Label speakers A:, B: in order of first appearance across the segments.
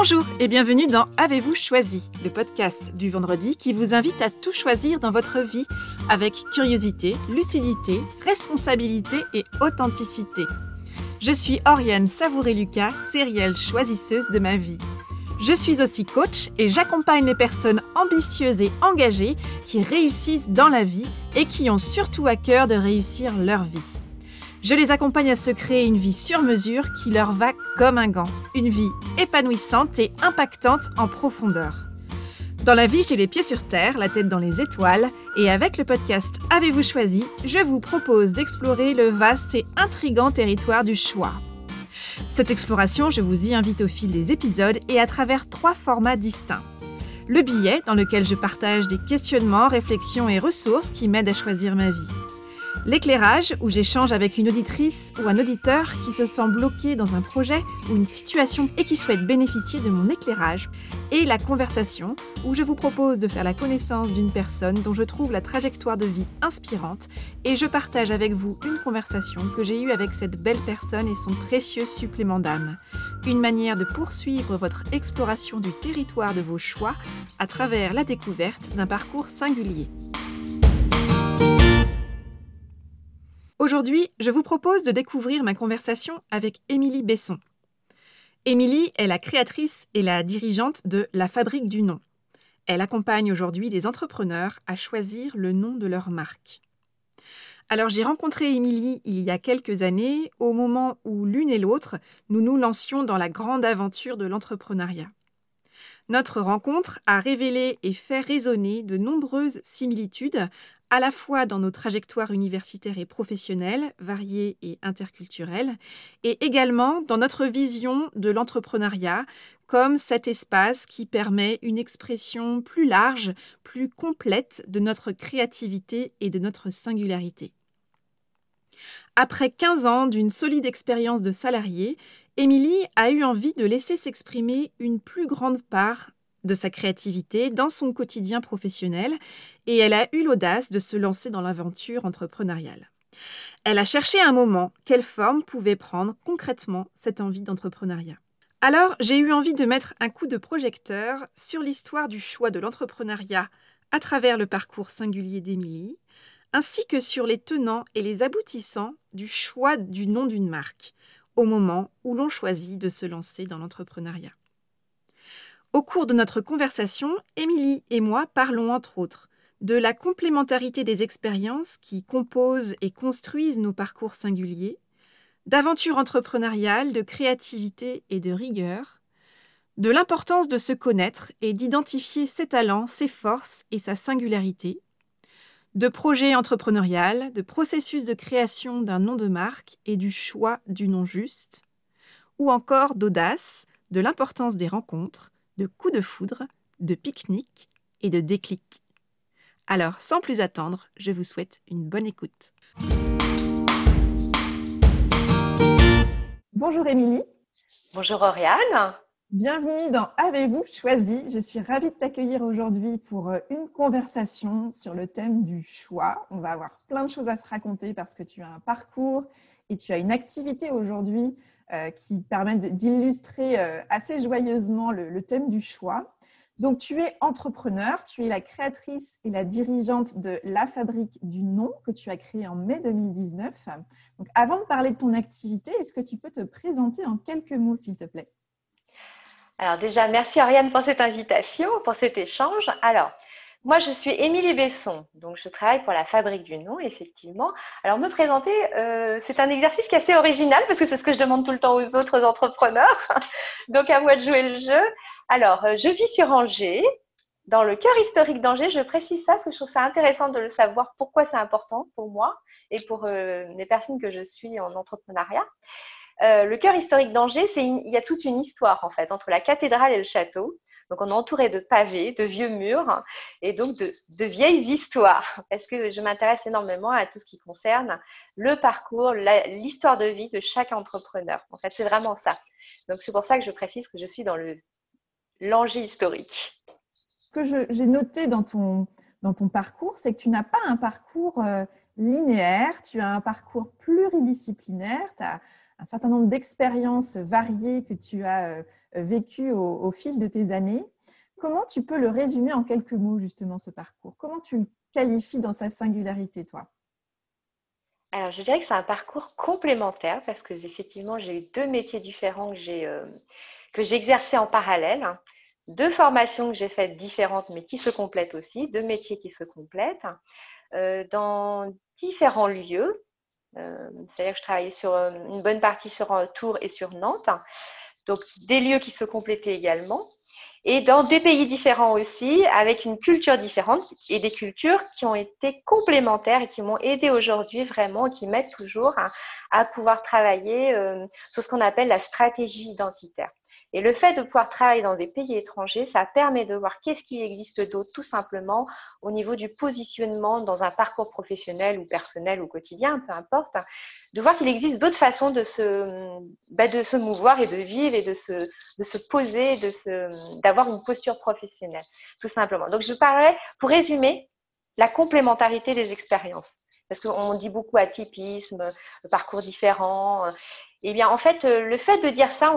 A: Bonjour et bienvenue dans Avez-vous choisi, le podcast du vendredi qui vous invite à tout choisir dans votre vie avec curiosité, lucidité, responsabilité et authenticité. Je suis Oriane Savouré-Lucas, sérielle choisisseuse de ma vie. Je suis aussi coach et j'accompagne les personnes ambitieuses et engagées qui réussissent dans la vie et qui ont surtout à cœur de réussir leur vie. Je les accompagne à se créer une vie sur mesure qui leur va comme un gant. Une vie épanouissante et impactante en profondeur. Dans la vie, j'ai les pieds sur terre, la tête dans les étoiles. Et avec le podcast Avez-vous choisi, je vous propose d'explorer le vaste et intrigant territoire du choix. Cette exploration, je vous y invite au fil des épisodes et à travers 3 formats distincts. Le billet, dans lequel je partage des questionnements, réflexions et ressources qui m'aident à choisir ma vie. L'éclairage, où j'échange avec une auditrice ou un auditeur qui se sent bloqué dans un projet ou une situation et qui souhaite bénéficier de mon éclairage. Et la conversation, où je vous propose de faire la connaissance d'une personne dont je trouve la trajectoire de vie inspirante et je partage avec vous une conversation que j'ai eue avec cette belle personne et son précieux supplément d'âme. Une manière de poursuivre votre exploration du territoire de vos choix à travers la découverte d'un parcours singulier. Aujourd'hui, je vous propose de découvrir ma conversation avec Émilie Besson. Émilie est la créatrice et la dirigeante de La Fabrique du Nom. Elle accompagne aujourd'hui des entrepreneurs à choisir le nom de leur marque. Alors j'ai rencontré Émilie il y a quelques années, au moment où l'une et l'autre, nous nous lancions dans la grande aventure de l'entrepreneuriat. Notre rencontre a révélé et fait résonner de nombreuses similitudes, à la fois dans nos trajectoires universitaires et professionnelles, variées et interculturelles, et également dans notre vision de l'entrepreneuriat comme cet espace qui permet une expression plus large, plus complète de notre créativité et de notre singularité. Après 15 ans d'une solide expérience de salarié, Émilie a eu envie de laisser s'exprimer une plus grande part de sa créativité dans son quotidien professionnel et elle a eu l'audace de se lancer dans l'aventure entrepreneuriale. Elle a cherché un moment quelle forme pouvait prendre concrètement cette envie d'entrepreneuriat. Alors, j'ai eu envie de mettre un coup de projecteur sur l'histoire du choix de l'entrepreneuriat à travers le parcours singulier d'Émilie, ainsi que sur les tenants et les aboutissants du choix du nom d'une marque, au moment où l'on choisit de se lancer dans l'entrepreneuriat. Au cours de notre conversation, Émilie et moi parlons entre autres de la complémentarité des expériences qui composent et construisent nos parcours singuliers, d'aventures entrepreneuriales, de créativité et de rigueur, de l'importance de se connaître et d'identifier ses talents, ses forces et sa singularité, de projets entrepreneurial, de processus de création d'un nom de marque et du choix du nom juste, ou encore d'audace, de l'importance des rencontres, de coups de foudre, de pique-nique et de déclic. Alors, sans plus attendre, je vous souhaite une bonne écoute. Bonjour Émilie.
B: Bonjour Oriane.
A: Bienvenue dans Avez-vous choisi. Je suis ravie de t'accueillir aujourd'hui pour une conversation sur le thème du choix. On va avoir plein de choses à se raconter parce que tu as un parcours et tu as une activité aujourd'hui qui permet d'illustrer assez joyeusement le thème du choix. Donc, tu es entrepreneur, tu es la créatrice et la dirigeante de La Fabrique du Nom que tu as créée en mai 2019. Donc, avant de parler de ton activité, est-ce que tu peux te présenter en quelques mots, s'il te plaît ?
B: Alors déjà, merci Oriane pour cette invitation, pour cet échange. Alors, moi je suis Émilie Besson, donc je travaille pour La Fabrique du Nom, effectivement. Alors me présenter, c'est un exercice qui est assez original parce que c'est ce que je demande tout le temps aux autres entrepreneurs. Donc à moi de jouer le jeu. Alors, je vis sur Angers, dans le cœur historique d'Angers. Je précise ça parce que je trouve ça intéressant de le savoir, pourquoi c'est important pour moi et pour les personnes que je suis en entrepreneuriat. Le cœur historique d'Angers, il y a toute une histoire en fait entre la cathédrale et le château. Donc on est entouré de pavés, de vieux murs et donc de vieilles histoires. Parce que je m'intéresse énormément à tout ce qui concerne le parcours, l'histoire de vie de chaque entrepreneur. En fait, c'est vraiment ça. Donc c'est pour ça que je précise que je suis dans l'Angers historique.
A: Ce que j'ai noté dans ton parcours, c'est que tu n'as pas un parcours linéaire, tu as un parcours pluridisciplinaire, tu as un certain nombre d'expériences variées que tu as vécues au fil de tes années. Comment tu peux le résumer en quelques mots, justement, ce parcours? Comment tu le qualifies dans sa singularité, toi?
B: Alors, je dirais que c'est un parcours complémentaire parce que effectivement, j'ai eu deux métiers différents que j'ai exercés en parallèle, hein. Deux formations que j'ai faites différentes, mais qui se complètent aussi, deux métiers qui se complètent, dans différents lieux. C'est-à-dire que je travaillais sur une bonne partie sur Tours et sur Nantes, donc des lieux qui se complétaient également. Et dans des pays différents aussi, avec une culture différente et des cultures qui ont été complémentaires et qui m'ont aidé aujourd'hui vraiment, qui m'aident toujours à pouvoir travailler sur ce qu'on appelle la stratégie identitaire. Et le fait de pouvoir travailler dans des pays étrangers, ça permet de voir qu'est-ce qui existe d'autre, tout simplement, au niveau du positionnement dans un parcours professionnel ou personnel ou quotidien, peu importe, de voir qu'il existe d'autres façons de se mouvoir et de vivre et de se poser, d'avoir une posture professionnelle, tout simplement. Donc, je parlais, pour résumer, la complémentarité des expériences. Parce qu'on dit beaucoup atypisme, parcours différent. Eh bien, en fait, le fait de dire ça,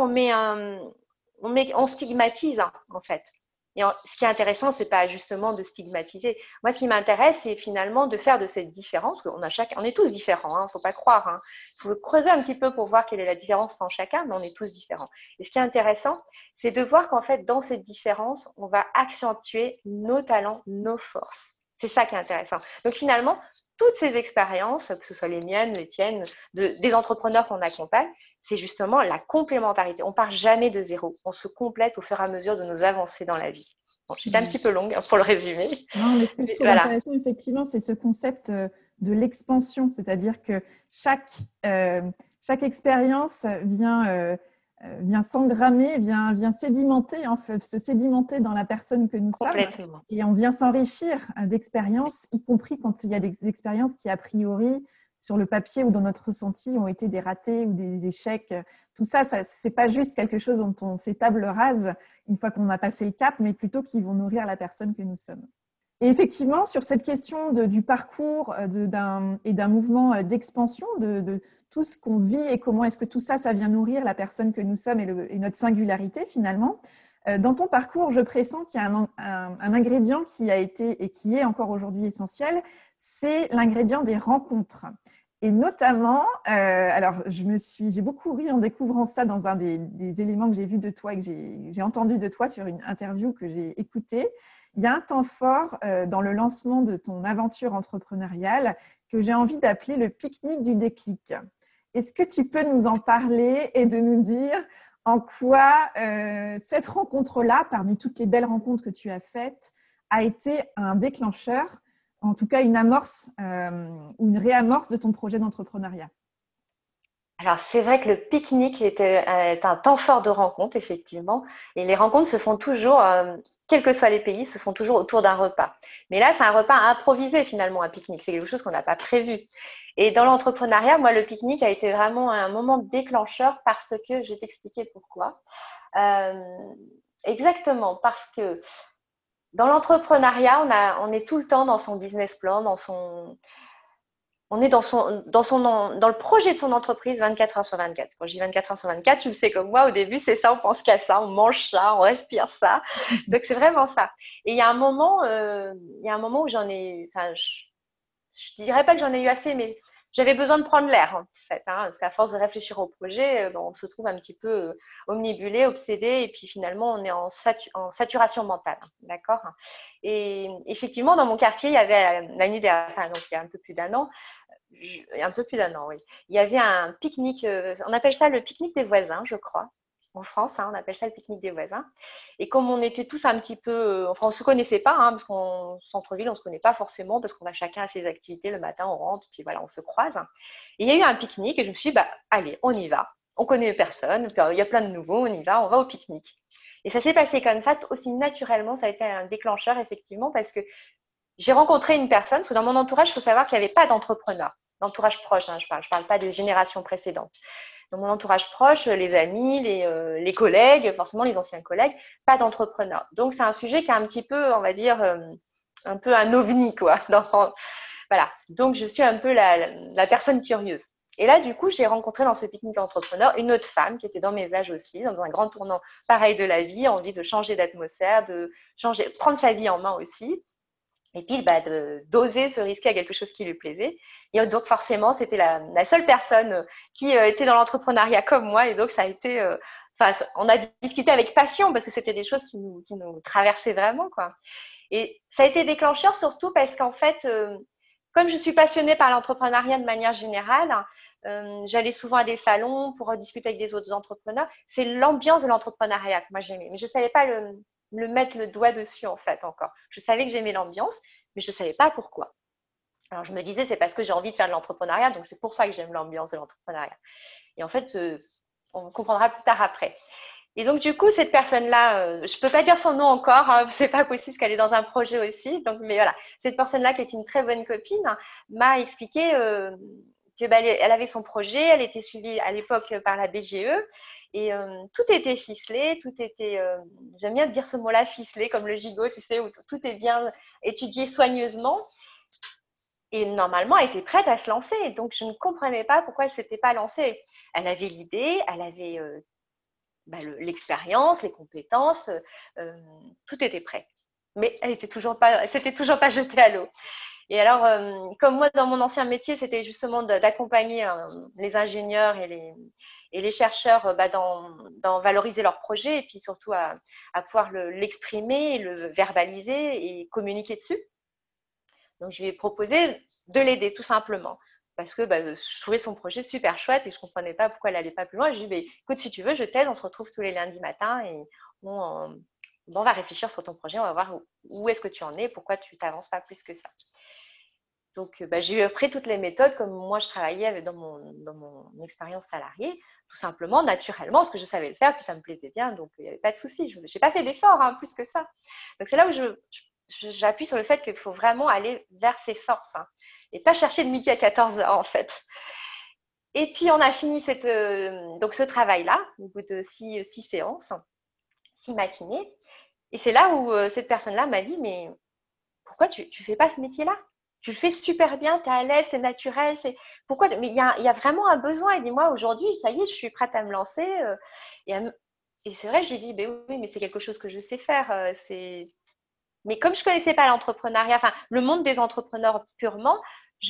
B: on stigmatise, hein, en fait. Et ce qui est intéressant, c'est pas justement de stigmatiser. Moi, ce qui m'intéresse, c'est finalement de faire de cette différence. On est tous différents, hein, faut pas croire, hein. Il faut creuser un petit peu pour voir quelle est la différence en chacun, mais on est tous différents. Et ce qui est intéressant, c'est de voir qu'en fait, dans cette différence, on va accentuer nos talents, nos forces. C'est ça qui est intéressant. Donc finalement, toutes ces expériences, que ce soit les miennes, les tiennes, des entrepreneurs qu'on accompagne, c'est justement la complémentarité. On part jamais de zéro. On se complète au fur et à mesure de nos avancées dans la vie. Bon, j'étais un petit peu longue pour le résumer.
A: Non, mais ce que je
B: Mais
A: trouve
B: voilà,
A: intéressant, effectivement, c'est ce concept de l'expansion, c'est-à-dire que chaque, euh, chaque expérience vient s'engrammer, vient sédimenter, en fait, se sédimenter dans la personne que nous sommes,
B: complètement.
A: et on vient s'enrichir d'expériences, y compris quand il y a des expériences qui, a priori, sur le papier ou dans notre ressenti, ont été des ratés ou des échecs. Tout ça, c'est pas juste quelque chose dont on fait table rase une fois qu'on a passé le cap, mais plutôt qui vont nourrir la personne que nous sommes. Et effectivement, sur cette question du parcours et d'un mouvement d'expansion de tout ce qu'on vit et comment est-ce que tout ça, ça vient nourrir la personne que nous sommes et notre singularité finalement, dans ton parcours, je pressens qu'il y a un ingrédient qui a été et qui est encore aujourd'hui essentiel, c'est l'ingrédient des rencontres. Et notamment, alors j'ai beaucoup ri en découvrant ça dans un des éléments que j'ai vus de toi et que j'ai entendu de toi sur une interview que j'ai écoutée. Il y a un temps fort dans le lancement de ton aventure entrepreneuriale que j'ai envie d'appeler le pique-nique du déclic. Est-ce que tu peux nous en parler et de nous dire en quoi cette rencontre-là, parmi toutes les belles rencontres que tu as faites, a été un déclencheur, en tout cas une amorce ou une réamorce de ton projet d'entrepreneuriat?
B: Alors, c'est vrai que le pique-nique est un temps fort de rencontre, effectivement. Et les rencontres se font toujours, quels que soient les pays, se font toujours autour d'un repas. Mais là, c'est un repas improvisé, finalement, un pique-nique. C'est quelque chose qu'on n'a pas prévu. Et dans l'entrepreneuriat, moi, le pique-nique a été vraiment un moment déclencheur parce que je vais t'expliquer pourquoi. Euh, Exactement, parce que dans l'entrepreneuriat, on est tout le temps dans son business plan, on est dans le projet de son entreprise 24 heures sur 24. Quand je dis 24 heures sur 24, tu le sais comme moi, au début, c'est ça, on pense qu'à ça, on mange ça, on respire ça. Donc, c'est vraiment ça. Et il y a un moment où je dirais pas que j'en ai eu assez, mais j'avais besoin de prendre l'air, en fait, hein, parce qu'à force de réfléchir au projet, on se trouve un petit peu omnibulé, obsédé, et puis finalement, on est en saturation mentale, d'accord? Et effectivement, dans mon quartier, il y avait l'année dernière, enfin, donc il y a un peu plus d'un an, un peu plus d'un an, oui. Il y avait un pique-nique, on appelle ça le pique-nique des voisins, je crois. En France, hein, on appelle ça le pique-nique des voisins. Et comme on était tous un petit peu, enfin, on se connaissait pas, hein, parce qu'en centre-ville, on se connaît pas forcément, parce qu'on a chacun ses activités. Le matin, on rentre, puis voilà, on se croise. Et il y a eu un pique-nique, et je me suis dit, bah, allez, on y va. On connaît personne, il y a plein de nouveaux, on va au pique-nique. Et ça s'est passé comme ça, aussi naturellement, ça a été un déclencheur, effectivement, parce que j'ai rencontré une personne, parce que dans mon entourage, il faut savoir qu'il n'y avait pas d'entrepreneur. L'entourage proche, hein, je parle pas des générations précédentes. Dans mon entourage proche, les amis, les collègues, forcément les anciens collègues, pas d'entrepreneurs. Donc c'est un sujet qui est un petit peu, on va dire, un peu un ovni, quoi. Voilà. Donc je suis un peu la personne curieuse. Et là, du coup, j'ai rencontré dans ce pique-nique entrepreneur une autre femme qui était dans mes âges aussi, dans un grand tournant pareil de la vie, envie de changer d'atmosphère, de changer, prendre sa vie en main aussi. Et puis, d'oser se risquer à quelque chose qui lui plaisait. Et donc, forcément, c'était la seule personne qui était dans l'entrepreneuriat comme moi. Et donc, ça a été, on a discuté avec passion parce que c'était des choses qui nous traversaient vraiment, quoi. Et ça a été déclencheur surtout parce qu'en fait, comme je suis passionnée par l'entrepreneuriat de manière générale, j'allais souvent à des salons pour discuter avec des autres entrepreneurs. C'est l'ambiance de l'entrepreneuriat que moi j'aimais. Mais je ne savais pas le mettre le doigt dessus en fait encore. Je savais que j'aimais l'ambiance, mais je ne savais pas pourquoi. Alors je me disais, c'est parce que j'ai envie de faire de l'entrepreneuriat, donc c'est pour ça que j'aime l'ambiance de l'entrepreneuriat. Et en fait, on comprendra plus tard après. Et donc, du coup, cette personne-là, je ne peux pas dire son nom encore, hein, c'est pas possible parce qu'elle est dans un projet aussi. Donc, mais voilà, cette personne-là, qui est une très bonne copine, m'a expliqué elle avait son projet, elle était suivie à l'époque par la BGE et tout était ficelé, tout était, j'aime bien dire ce mot-là, ficelé, comme le gigot, tu sais, où tout est bien étudié soigneusement. Et normalement, elle était prête à se lancer. Donc, je ne comprenais pas pourquoi elle ne s'était pas lancée. Elle avait l'idée, elle avait l'expérience, les compétences, tout était prêt. Mais elle s'était toujours pas jetée à l'eau. Et alors, comme moi, dans mon ancien métier, c'était justement d'accompagner les ingénieurs et les chercheurs dans valoriser leurs projets et puis surtout à pouvoir l'exprimer, le verbaliser et communiquer dessus. Donc, je lui ai proposé de l'aider tout simplement parce que je trouvais son projet super chouette et je ne comprenais pas pourquoi elle n'allait pas plus loin. Je lui ai dit, écoute, si tu veux, je t'aide, on se retrouve tous les lundis matins et on va réfléchir sur ton projet, on va voir où est-ce que tu en es, pourquoi tu n'avances pas plus que ça. Donc, j'ai appris toutes les méthodes comme moi je travaillais dans mon expérience salariée, tout simplement, naturellement, parce que je savais le faire, puis ça me plaisait bien, donc il n'y avait pas de souci. Je n'ai pas fait d'efforts, hein, plus que ça. Donc, c'est là où j'appuie sur le fait qu'il faut vraiment aller vers ses forces et pas chercher de midi à 14h en fait. Et puis, on a fini donc ce travail-là, au bout de 6 séances, 6 matinées. Et c'est là où cette personne-là m'a dit, mais pourquoi tu ne fais pas ce métier-là? Tu le fais super bien, tu es à l'aise, c'est naturel. Pourquoi? Mais il y a vraiment un besoin. Et dis-moi, aujourd'hui, ça y est, je suis prête à me lancer. Et c'est vrai, je lui ai dit, oui, mais c'est quelque chose que je sais faire. Mais comme je ne connaissais pas l'entrepreneuriat, enfin, le monde des entrepreneurs purement,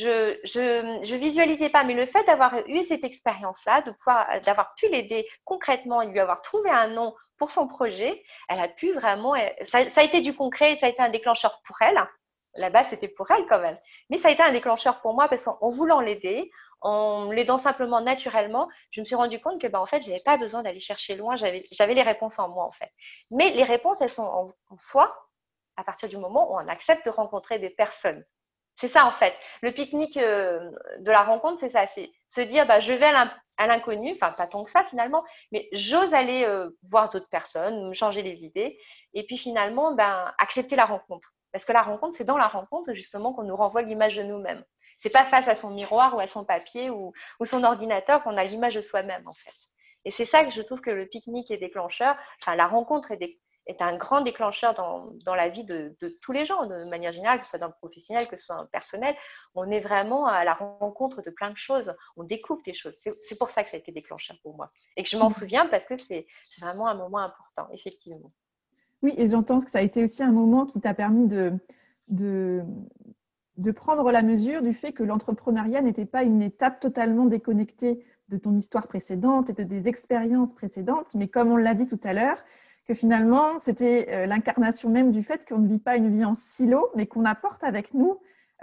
B: je visualisais pas. Mais le fait d'avoir eu cette expérience-là, d'avoir pu l'aider concrètement et lui avoir trouvé un nom pour son projet, elle a pu vraiment, ça a été du concret, ça a été un déclencheur pour elle. Là-bas, c'était pour elle quand même. Mais ça a été un déclencheur pour moi parce qu'en voulant l'aider, en l'aidant simplement naturellement, je me suis rendu compte que en fait, je n'avais pas besoin d'aller chercher loin. J'avais les réponses en moi en fait. Mais les réponses, elles sont en soi à partir du moment où on accepte de rencontrer des personnes. C'est ça en fait. Le pique-nique de la rencontre, c'est ça. C'est se dire, je vais à l'inconnu, enfin pas tant que ça finalement, mais j'ose aller voir d'autres personnes, me changer les idées, et puis finalement, accepter la rencontre. Parce que la rencontre, c'est dans la rencontre justement qu'on nous renvoie l'image de nous-mêmes. C'est pas face à son miroir ou à son papier ou son ordinateur qu'on a l'image de soi-même en fait. Et c'est ça que je trouve que le pique-nique est déclencheur. Enfin, la rencontre est un grand déclencheur dans la vie de tous les gens, de manière générale, que ce soit dans le professionnel, que ce soit dans le personnel. On est vraiment à la rencontre de plein de choses. On découvre des choses. C'est pour ça que ça a été déclencheur pour moi. Et que je m'en souviens parce que c'est vraiment un moment important, effectivement.
A: Oui, et j'entends que ça a été aussi un moment qui t'a permis de prendre la mesure du fait que l'entrepreneuriat n'était pas une étape totalement déconnectée de ton histoire précédente et de des expériences précédentes, mais comme on l'a dit tout à l'heure, que finalement, c'était l'incarnation même du fait qu'on ne vit pas une vie en silo, mais qu'on apporte avec nous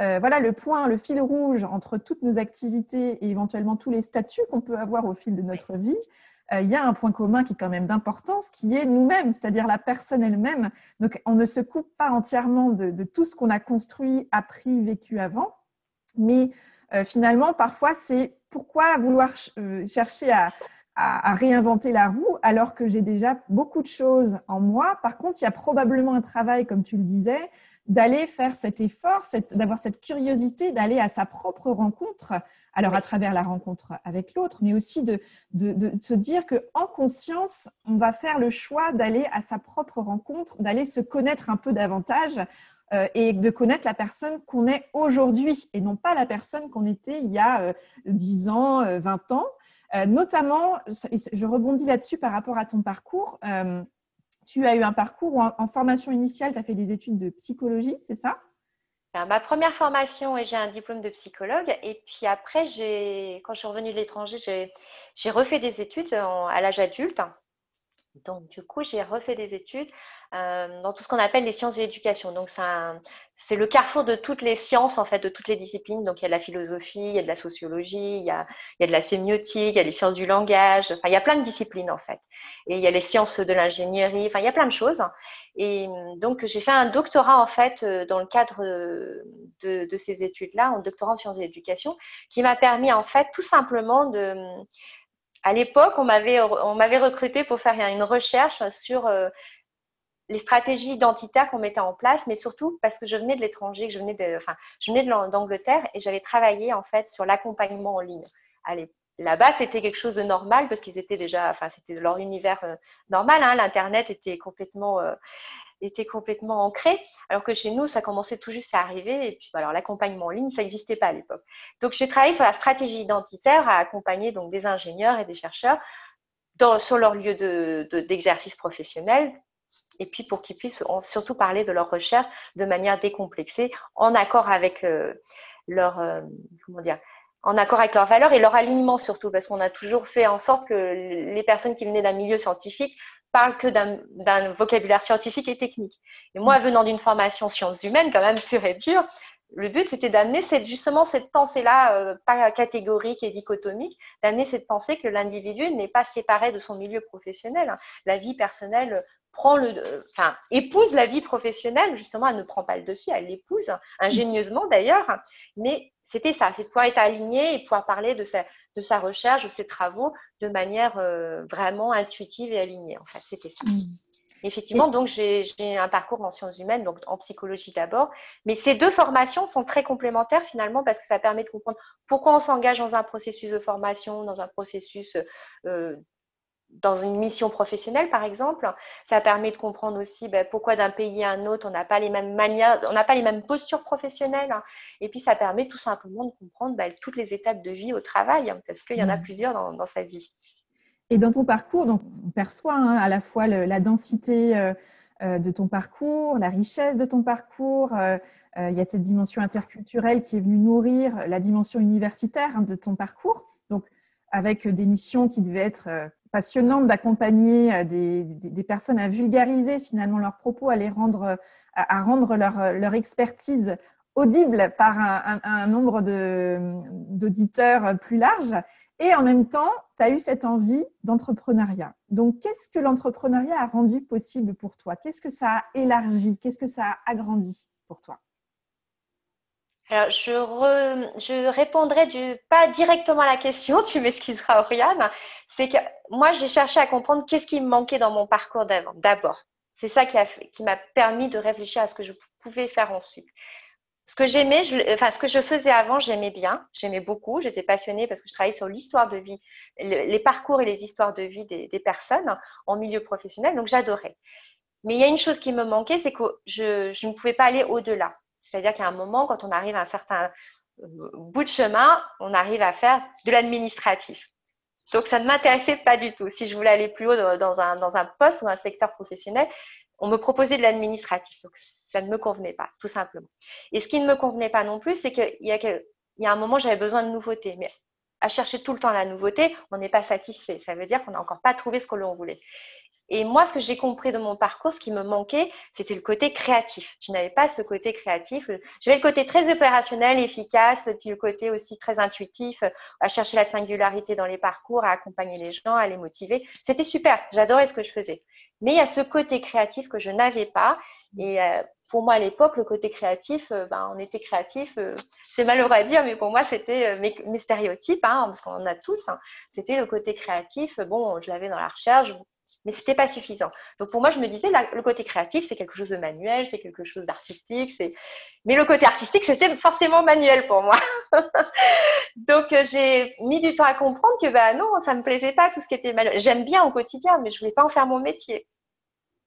A: le fil rouge entre toutes nos activités et éventuellement tous les statuts qu'on peut avoir au fil de notre vie. Il y a un point commun qui est quand même d'importance, qui est nous-mêmes, c'est-à-dire la personne elle-même. Donc, on ne se coupe pas entièrement de tout ce qu'on a construit, appris, vécu avant, mais finalement, parfois, c'est pourquoi vouloir chercher à réinventer la roue alors que j'ai déjà beaucoup de choses en moi. Par contre, il y a probablement un travail, comme tu le disais, d'aller faire cet effort, d'avoir cette curiosité, d'aller à sa propre rencontre, alors à travers la rencontre avec l'autre, mais aussi de se dire qu'en conscience, on va faire le choix d'aller à sa propre rencontre, d'aller se connaître un peu davantage et de connaître la personne qu'on est aujourd'hui et non pas la personne qu'on était il y a 10 ans, 20 ans. Notamment, je rebondis là-dessus par rapport à ton parcours. Tu as eu un parcours où en formation initiale, tu as fait des études de psychologie, c'est ça?
B: Alors, ma première formation, et j'ai un diplôme de psychologue. Et puis après, quand je suis revenue de l'étranger, j'ai refait des études à l'âge adulte. Donc, du coup, j'ai refait des études dans tout ce qu'on appelle les sciences de l'éducation. Donc, c'est le carrefour de toutes les sciences, en fait, de toutes les disciplines. Donc, il y a de la philosophie, il y a de la sociologie, il y a de la sémiotique, il y a les sciences du langage. Enfin, il y a plein de disciplines, en fait. Et il y a les sciences de l'ingénierie. Enfin, il y a plein de choses. Et donc, j'ai fait un doctorat, en fait, dans le cadre de ces études-là, un doctorat en sciences de l'éducation, qui m'a permis, en fait, tout simplement à l'époque, on m'avait recruté pour faire une recherche sur les stratégies identitaires qu'on mettait en place, mais surtout parce que je venais de l'étranger, je venais d'Angleterre et j'avais travaillé en fait sur l'accompagnement en ligne. Allez, là-bas, c'était quelque chose de normal parce qu'ils étaient déjà, enfin, c'était leur univers normal. Hein, L'Internet était complètement ancré, alors que chez nous, ça commençait tout juste à arriver. Et puis, alors, l'accompagnement en ligne, ça n'existait pas à l'époque. Donc, j'ai travaillé sur la stratégie identitaire à accompagner donc des ingénieurs et des chercheurs sur leur lieu d'exercice professionnel. Et puis, pour qu'ils puissent surtout parler de leur recherche de manière décomplexée, en accord avec leur, comment dire, en accord avec leurs valeurs et leur alignement surtout, parce qu'on a toujours fait en sorte que les personnes qui venaient d'un milieu scientifique parlent que d'un vocabulaire scientifique et technique. Et moi, venant d'une formation sciences humaines, quand même pure et dure, le but, c'était d'amener justement cette pensée-là, pas catégorique et dichotomique, d'amener cette pensée que l'individu n'est pas séparé de son milieu professionnel. La vie personnelle épouse la vie professionnelle, justement, elle ne prend pas le dessus, elle l'épouse, ingénieusement d'ailleurs, mais c'était ça, c'est de pouvoir être aligné et pouvoir parler de sa recherche, de ses travaux de manière vraiment intuitive et alignée, en fait, c'était ça. Effectivement,
A: Et,
B: donc j'ai un parcours en sciences humaines, donc en psychologie d'abord, mais ces deux formations sont très complémentaires finalement parce que ça permet de comprendre pourquoi on s'engage dans un processus de formation, dans un processus euh, dans une mission professionnelle, par exemple. Ça permet de comprendre aussi pourquoi d'un pays à un autre, on n'a pas les mêmes manières, on n'a pas les mêmes postures professionnelles. Et puis, ça permet tout simplement de comprendre toutes les étapes de vie au travail, parce qu'il y en a plusieurs dans sa vie.
A: et dans ton parcours, donc, on perçoit à la fois la densité de ton parcours, la richesse de ton parcours. Il y a cette dimension interculturelle qui est venue nourrir la dimension universitaire de ton parcours. Donc, avec des missions qui devaient être passionnantes d'accompagner des personnes à vulgariser finalement leurs propos, à rendre leur expertise audible par un nombre d'auditeurs plus large. Et en même temps, tu as eu cette envie d'entrepreneuriat. Donc, qu'est-ce que l'entrepreneuriat a rendu possible pour toi? Qu'est-ce que ça a élargi? Qu'est-ce que ça a agrandi pour toi?
B: Alors, je répondrai pas directement à la question, tu m'excuseras, Oriane. C'est que moi, j'ai cherché à comprendre qu'est-ce qui me manquait dans mon parcours d'abord. C'est ça qui m'a permis de réfléchir à ce que je pouvais faire ensuite. Ce que j'aimais, ce que je faisais avant, j'aimais bien, j'aimais beaucoup, j'étais passionnée parce que je travaillais sur l'histoire de vie, les parcours et les histoires de vie des personnes en milieu professionnel, donc j'adorais. Mais il y a une chose qui me manquait, c'est que je ne pouvais pas aller au-delà. C'est-à-dire qu'à un moment, quand on arrive à un certain bout de chemin, on arrive à faire de l'administratif. Donc, ça ne m'intéressait pas du tout. Si je voulais aller plus haut dans un poste ou dans un secteur professionnel, on me proposait de l'administratif. Donc, ça ne me convenait pas, tout simplement. Et ce qui ne me convenait pas non plus, c'est qu'il y a un moment, j'avais besoin de nouveautés. Mais à chercher tout le temps la nouveauté, on n'est pas satisfait. Ça veut dire qu'on n'a encore pas trouvé ce que l'on voulait. Et moi, ce que j'ai compris de mon parcours, ce qui me manquait, c'était le côté créatif. Je n'avais pas ce côté créatif. J'avais le côté très opérationnel, efficace, puis le côté aussi très intuitif, à chercher la singularité dans les parcours, à accompagner les gens, à les motiver. C'était super. J'adorais ce que je faisais. Mais il y a ce côté créatif que je n'avais pas. Et pour moi, à l'époque, le côté créatif, on était créatif. C'est malheureux à dire, mais pour moi, c'était mes stéréotypes, parce qu'on en a tous. C'était le côté créatif. Bon, je l'avais dans la recherche. Mais ce n'était pas suffisant. Donc pour moi, je me disais, le côté créatif, c'est quelque chose de manuel, c'est quelque chose d'artistique. Mais le côté artistique, c'était forcément manuel pour moi. Donc j'ai mis du temps à comprendre que non, ça ne me plaisait pas tout ce qui était manuel. J'aime bien au quotidien, mais je ne voulais pas en faire mon métier.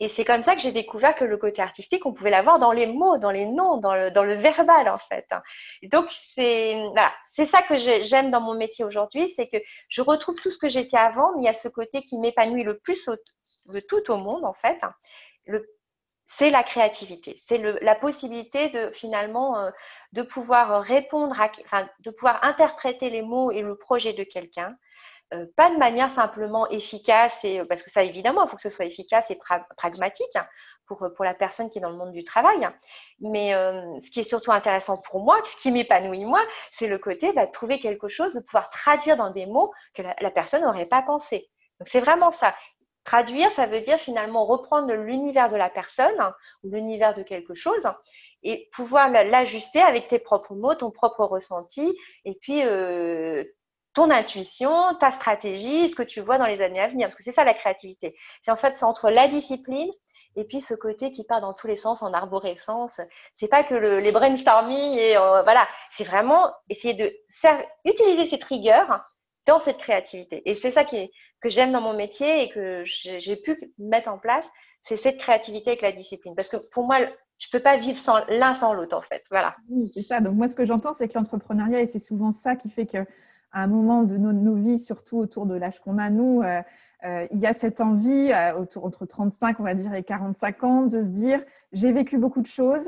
B: Et c'est comme ça que j'ai découvert que le côté artistique, on pouvait l'avoir dans les mots, dans les noms, dans le verbal, en fait. Et donc, voilà, c'est ça que j'aime dans mon métier aujourd'hui, c'est que je retrouve tout ce que j'étais avant, mais il y a ce côté qui m'épanouit le tout au monde, en fait. C'est la créativité, c'est la possibilité de finalement de pouvoir répondre enfin, de pouvoir interpréter les mots et le projet de quelqu'un, pas de manière simplement efficace, parce que ça évidemment il faut que ce soit efficace et pragmatique, hein, pour la personne qui est dans le monde du travail, hein. Mais ce qui est surtout intéressant pour moi, ce qui m'épanouit moi, c'est le côté de trouver quelque chose, de pouvoir traduire dans des mots que la personne n'aurait pas pensé. Donc c'est vraiment ça. Traduire, ça veut dire finalement reprendre l'univers de la personne, hein, ou l'univers de quelque chose, et pouvoir l'ajuster avec tes propres mots, ton propre ressenti, et puis ton intuition, ta stratégie, ce que tu vois dans les années à venir. Parce que c'est ça la créativité. C'est en fait c'est entre la discipline et puis ce côté qui part dans tous les sens en arborescence. C'est pas que les brainstorming et voilà, c'est vraiment essayer de utiliser ces triggers dans cette créativité. Et c'est ça que j'aime dans mon métier et que j'ai pu mettre en place, c'est cette créativité avec la discipline. Parce que pour moi, je peux pas vivre l'un sans l'autre, en fait. Voilà.
A: Oui, c'est ça. Donc moi, ce que j'entends, c'est que l'entrepreneuriat, et c'est souvent ça qui fait qu'à un moment de nos vies, surtout autour de l'âge qu'on a, nous, il y a cette envie, entre 35, on va dire, et 45 ans, de se dire, j'ai vécu beaucoup de choses.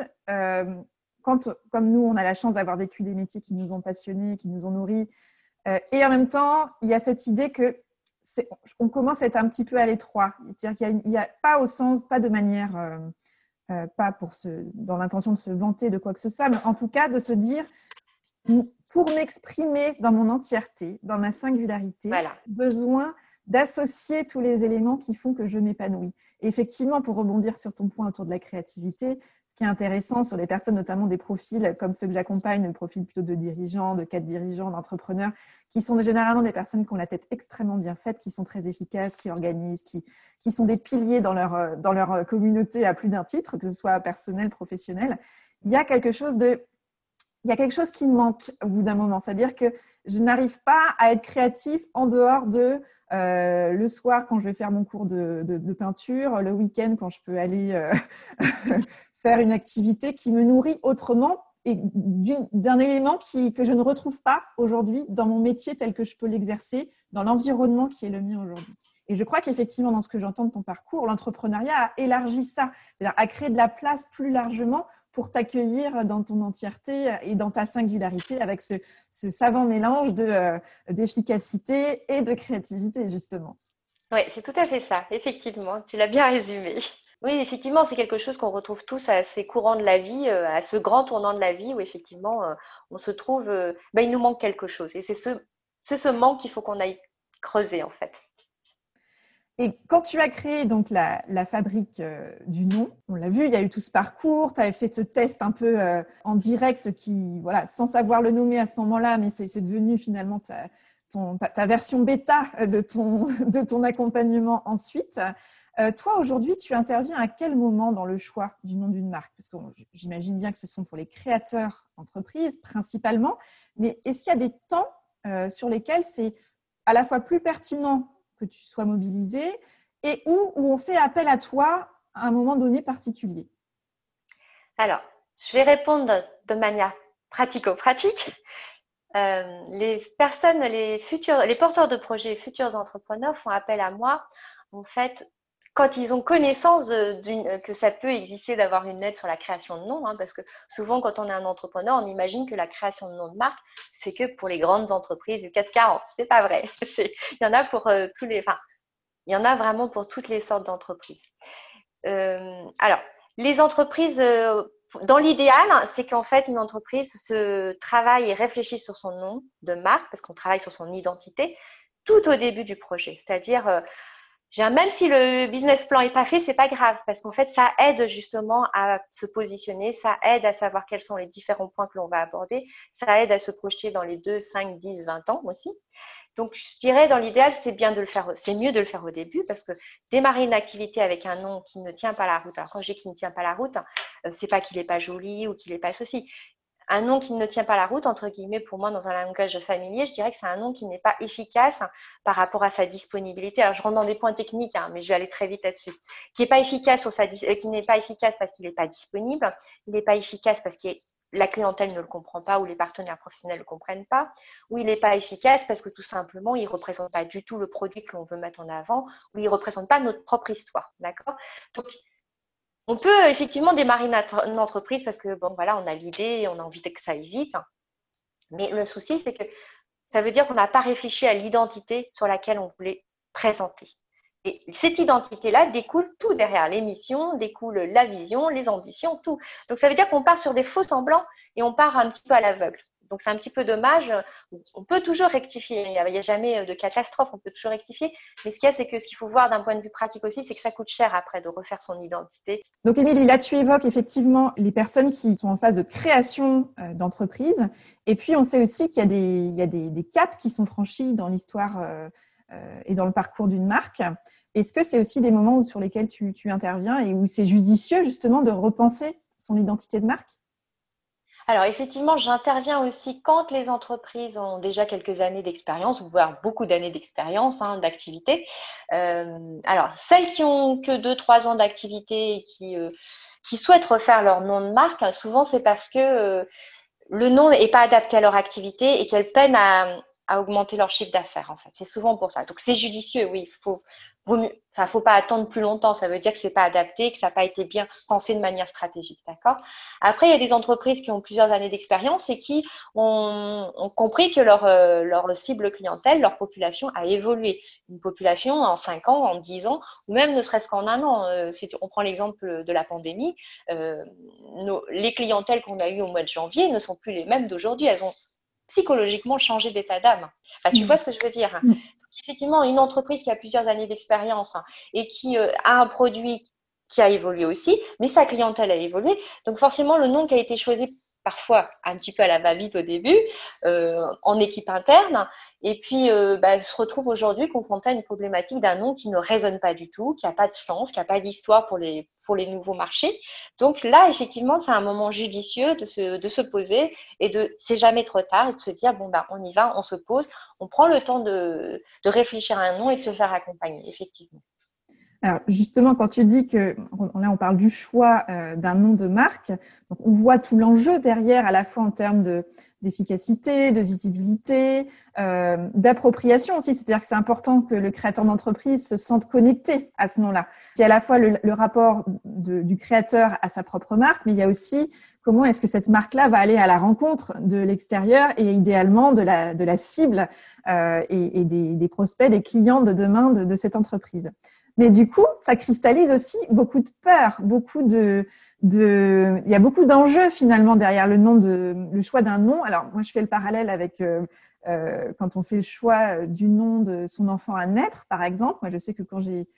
A: Comme nous, on a la chance d'avoir vécu des métiers qui nous ont passionnés, qui nous ont nourris. Et en même temps, il y a cette idée que on commence à être un petit peu à l'étroit. C'est-à-dire qu'il n'y a pas au sens, pas de manière, pas dans l'intention de se vanter de quoi que ce soit, mais en tout cas de se dire, pour m'exprimer dans mon entièreté, dans ma singularité,
B: Voilà.
A: besoin d'associer tous les éléments qui font que je m'épanouis. Et effectivement, pour rebondir sur ton point autour de la créativité, ce qui est intéressant sur les personnes, notamment des profils comme ceux que j'accompagne, le profil plutôt de dirigeants, de cadres dirigeants, d'entrepreneurs, qui sont généralement des personnes qui ont la tête extrêmement bien faite, qui sont très efficaces, qui organisent, qui sont des piliers dans leur communauté à plus d'un titre, que ce soit personnel, professionnel. Il y a quelque chose qui me manque au bout d'un moment. C'est-à-dire que je n'arrive pas à être créatif en dehors de le soir quand je vais faire mon cours de peinture, le week-end quand je peux aller faire une activité qui me nourrit autrement et d'un élément que je ne retrouve pas aujourd'hui dans mon métier tel que je peux l'exercer, dans l'environnement qui est le mien aujourd'hui. Et je crois qu'effectivement, dans ce que j'entends de ton parcours, l'entrepreneuriat a élargi ça, c'est-à-dire a créé de la place plus largement pour t'accueillir dans ton entièreté et dans ta singularité avec ce savant mélange d'efficacité et de créativité, justement.
B: Oui, c'est tout à fait ça, effectivement. Tu l'as bien résumé. Oui, effectivement, c'est quelque chose qu'on retrouve tous à ces courants de la vie, à ce grand tournant de la vie où effectivement, on se trouve, il nous manque quelque chose. Et c'est ce manque qu'il faut qu'on aille creuser, en fait.
A: Et quand tu as créé donc la fabrique du nom, on l'a vu, il y a eu tout ce parcours, tu avais fait ce test un peu en direct qui, voilà, sans savoir le nommer à ce moment-là, mais c'est devenu finalement ta version bêta de ton accompagnement ensuite. Toi, aujourd'hui, tu interviens à quel moment dans le choix du nom d'une marque? Parce que j'imagine bien que ce sont pour les créateurs d'entreprises principalement, mais est-ce qu'il y a des temps sur lesquels c'est à la fois plus pertinent que tu sois mobilisé et où on fait appel à toi à un moment donné particulier?
B: Alors, je vais répondre de manière pratico-pratique. Les personnes, les porteurs de projets, les futurs entrepreneurs font appel à moi, en fait, quand ils ont connaissance que ça peut exister d'avoir une aide sur la création de nom, hein, parce que souvent, quand on est un entrepreneur, on imagine que la création de nom de marque, c'est que pour les grandes entreprises du CAC 40. C'est pas vrai. Il y en a pour il y en a vraiment pour toutes les sortes d'entreprises. Alors, les entreprises, dans l'idéal, c'est qu'en fait, une entreprise se travaille et réfléchit sur son nom de marque, parce qu'on travaille sur son identité, tout au début du projet. C'est-à-dire, même si le business plan n'est pas fait, c'est pas grave, parce qu'en fait, ça aide justement à se positionner, ça aide à savoir quels sont les différents points que l'on va aborder, ça aide à se projeter dans les 2, 5, 10, 20 ans aussi. Donc, je dirais, dans l'idéal, c'est mieux de le faire au début parce que démarrer une activité avec un nom qui ne tient pas la route. Alors, quand je dis qu'il ne tient pas la route, c'est pas qu'il n'est pas joli ou qu'il n'est pas ceci. un nom qui ne tient pas la route, entre guillemets, pour moi, dans un langage familier, je dirais que c'est un nom qui n'est pas efficace par rapport à sa disponibilité. Alors, je rentre dans des points techniques, mais je vais aller très vite là-dessus. Qui n'est pas efficace qui n'est pas efficace parce qu'il n'est pas disponible, il n'est pas efficace parce que la clientèle ne le comprend pas ou les partenaires professionnels ne le comprennent pas, ou il n'est pas efficace parce que tout simplement, il ne représente pas du tout le produit que l'on veut mettre en avant, ou il ne représente pas notre propre histoire. D'accord? Donc, on peut effectivement démarrer une entreprise parce que, bon, voilà, on a l'idée, on a envie que ça aille vite. Mais le souci, c'est que ça veut dire qu'on n'a pas réfléchi à l'identité sur laquelle on voulait présenter. Et cette identité-là découle tout derrière. Les missions, découle la vision, les ambitions, tout. Donc, ça veut dire qu'on part sur des faux semblants et on part un petit peu à l'aveugle. Donc, c'est un petit peu dommage. On peut toujours rectifier. Il n'y a jamais de catastrophe. On peut toujours rectifier. Mais ce qu'il y a, c'est que ce qu'il faut voir d'un point de vue pratique aussi, c'est que ça coûte cher après de refaire son identité.
A: Donc, Émilie, là, tu évoques effectivement les personnes qui sont en phase de création d'entreprise. Et puis, on sait aussi qu'il y a des caps qui sont franchis dans l'histoire et dans le parcours d'une marque. Est-ce que c'est aussi des moments sur lesquels tu interviens et où c'est judicieux justement de repenser son identité de marque?
B: Alors effectivement, j'interviens aussi quand les entreprises ont déjà quelques années d'expérience, voire beaucoup d'années d'expérience, d'activité. Alors celles qui ont que 2, 3 ans d'activité et qui souhaitent refaire leur nom de marque, souvent c'est parce que le nom n'est pas adapté à leur activité et qu'elles peinent à augmenter leur chiffre d'affaires, en fait. C'est souvent pour ça. Donc, c'est judicieux, oui. Faut pas attendre plus longtemps. Ça veut dire que c'est pas adapté, que ça n'a pas été bien pensé de manière stratégique, d'accord? Après, il y a des entreprises qui ont plusieurs années d'expérience et qui ont compris que leur cible clientèle, leur population a évolué. Une population en 5 ans, en 10 ans, ou même ne serait-ce qu'en un an. Si on prend l'exemple de la pandémie, les clientèles qu'on a eues au mois de janvier ne sont plus les mêmes d'aujourd'hui. Elles ont psychologiquement changé d'état d'âme. Enfin, tu vois ce que je veux dire? Donc, effectivement, une entreprise qui a plusieurs années d'expérience et qui a un produit qui a évolué aussi, mais sa clientèle a évolué. Donc, forcément, le nom qui a été choisi parfois un petit peu à la va-vite au début, en équipe interne, et puis se retrouve aujourd'hui confronté à une problématique d'un nom qui ne résonne pas du tout, qui n'a pas de sens, qui n'a pas d'histoire pour les nouveaux marchés. Donc là, effectivement, c'est un moment judicieux de se poser et c'est jamais trop tard, et de se dire, bon, on y va, on se pose, on prend le temps de réfléchir à un nom et de se faire accompagner, effectivement.
A: Alors justement, quand tu dis que là on parle du choix d'un nom de marque, donc on voit tout l'enjeu derrière, à la fois en termes d'efficacité, de visibilité, d'appropriation aussi. C'est-à-dire que c'est important que le créateur d'entreprise se sente connecté à ce nom-là. Il y a à la fois le rapport du créateur à sa propre marque, mais il y a aussi comment est-ce que cette marque-là va aller à la rencontre de l'extérieur et idéalement de la cible et des prospects, des clients de demain de cette entreprise. Mais du coup, ça cristallise aussi beaucoup de peur, il y a beaucoup d'enjeux finalement derrière le choix d'un nom. Alors moi, je fais le parallèle avec quand on fait le choix du nom de son enfant à naître, par exemple. Moi, je sais que quand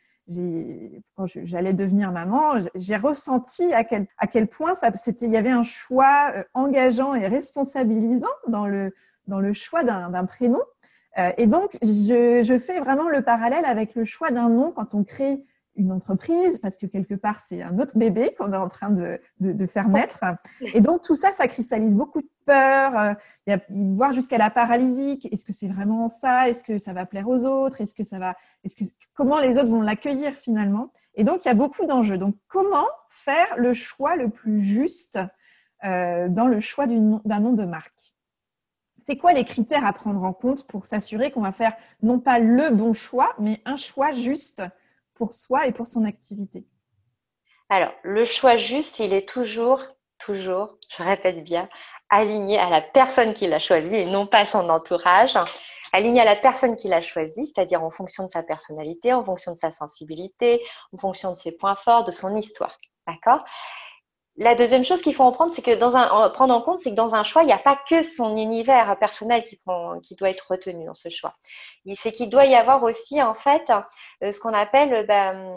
A: j'allais devenir maman, j'ai ressenti à quel point il y avait un choix engageant et responsabilisant dans le choix d'un prénom. Et donc, je fais vraiment le parallèle avec le choix d'un nom quand on crée une entreprise, parce que quelque part, c'est un autre bébé qu'on est en train de faire naître. Et donc, tout ça, ça cristallise beaucoup de peur, voire jusqu'à la paralysie. Est-ce que c'est vraiment ça? Est-ce que ça va plaire aux autres? Comment les autres vont l'accueillir finalement? Et donc, il y a beaucoup d'enjeux. Donc, comment faire le choix le plus juste dans le choix d'un nom de marque? C'est quoi les critères à prendre en compte pour s'assurer qu'on va faire non pas le bon choix, mais un choix juste pour soi et pour son activité?
B: Alors, le choix juste, il est toujours, je répète bien, aligné à la personne qui l'a choisi et non pas son entourage. Aligné à la personne qui l'a choisi, c'est-à-dire en fonction de sa personnalité, en fonction de sa sensibilité, en fonction de ses points forts, de son histoire. D'accord? La deuxième chose qu'il faut en prendre, c'est que prendre en compte, c'est que dans un choix, il n'y a pas que son univers personnel qui doit être retenu dans ce choix. C'est qu'il doit y avoir aussi, en fait, ce qu'on appelle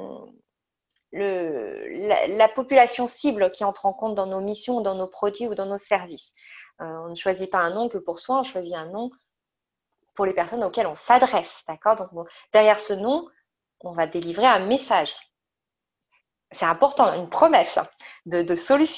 B: la population cible qui entre en compte dans nos missions, dans nos produits ou dans nos services. On ne choisit pas un nom que pour soi, on choisit un nom pour les personnes auxquelles on s'adresse. D'accord? Donc, derrière ce nom, on va délivrer un message. C'est important, une promesse de solution,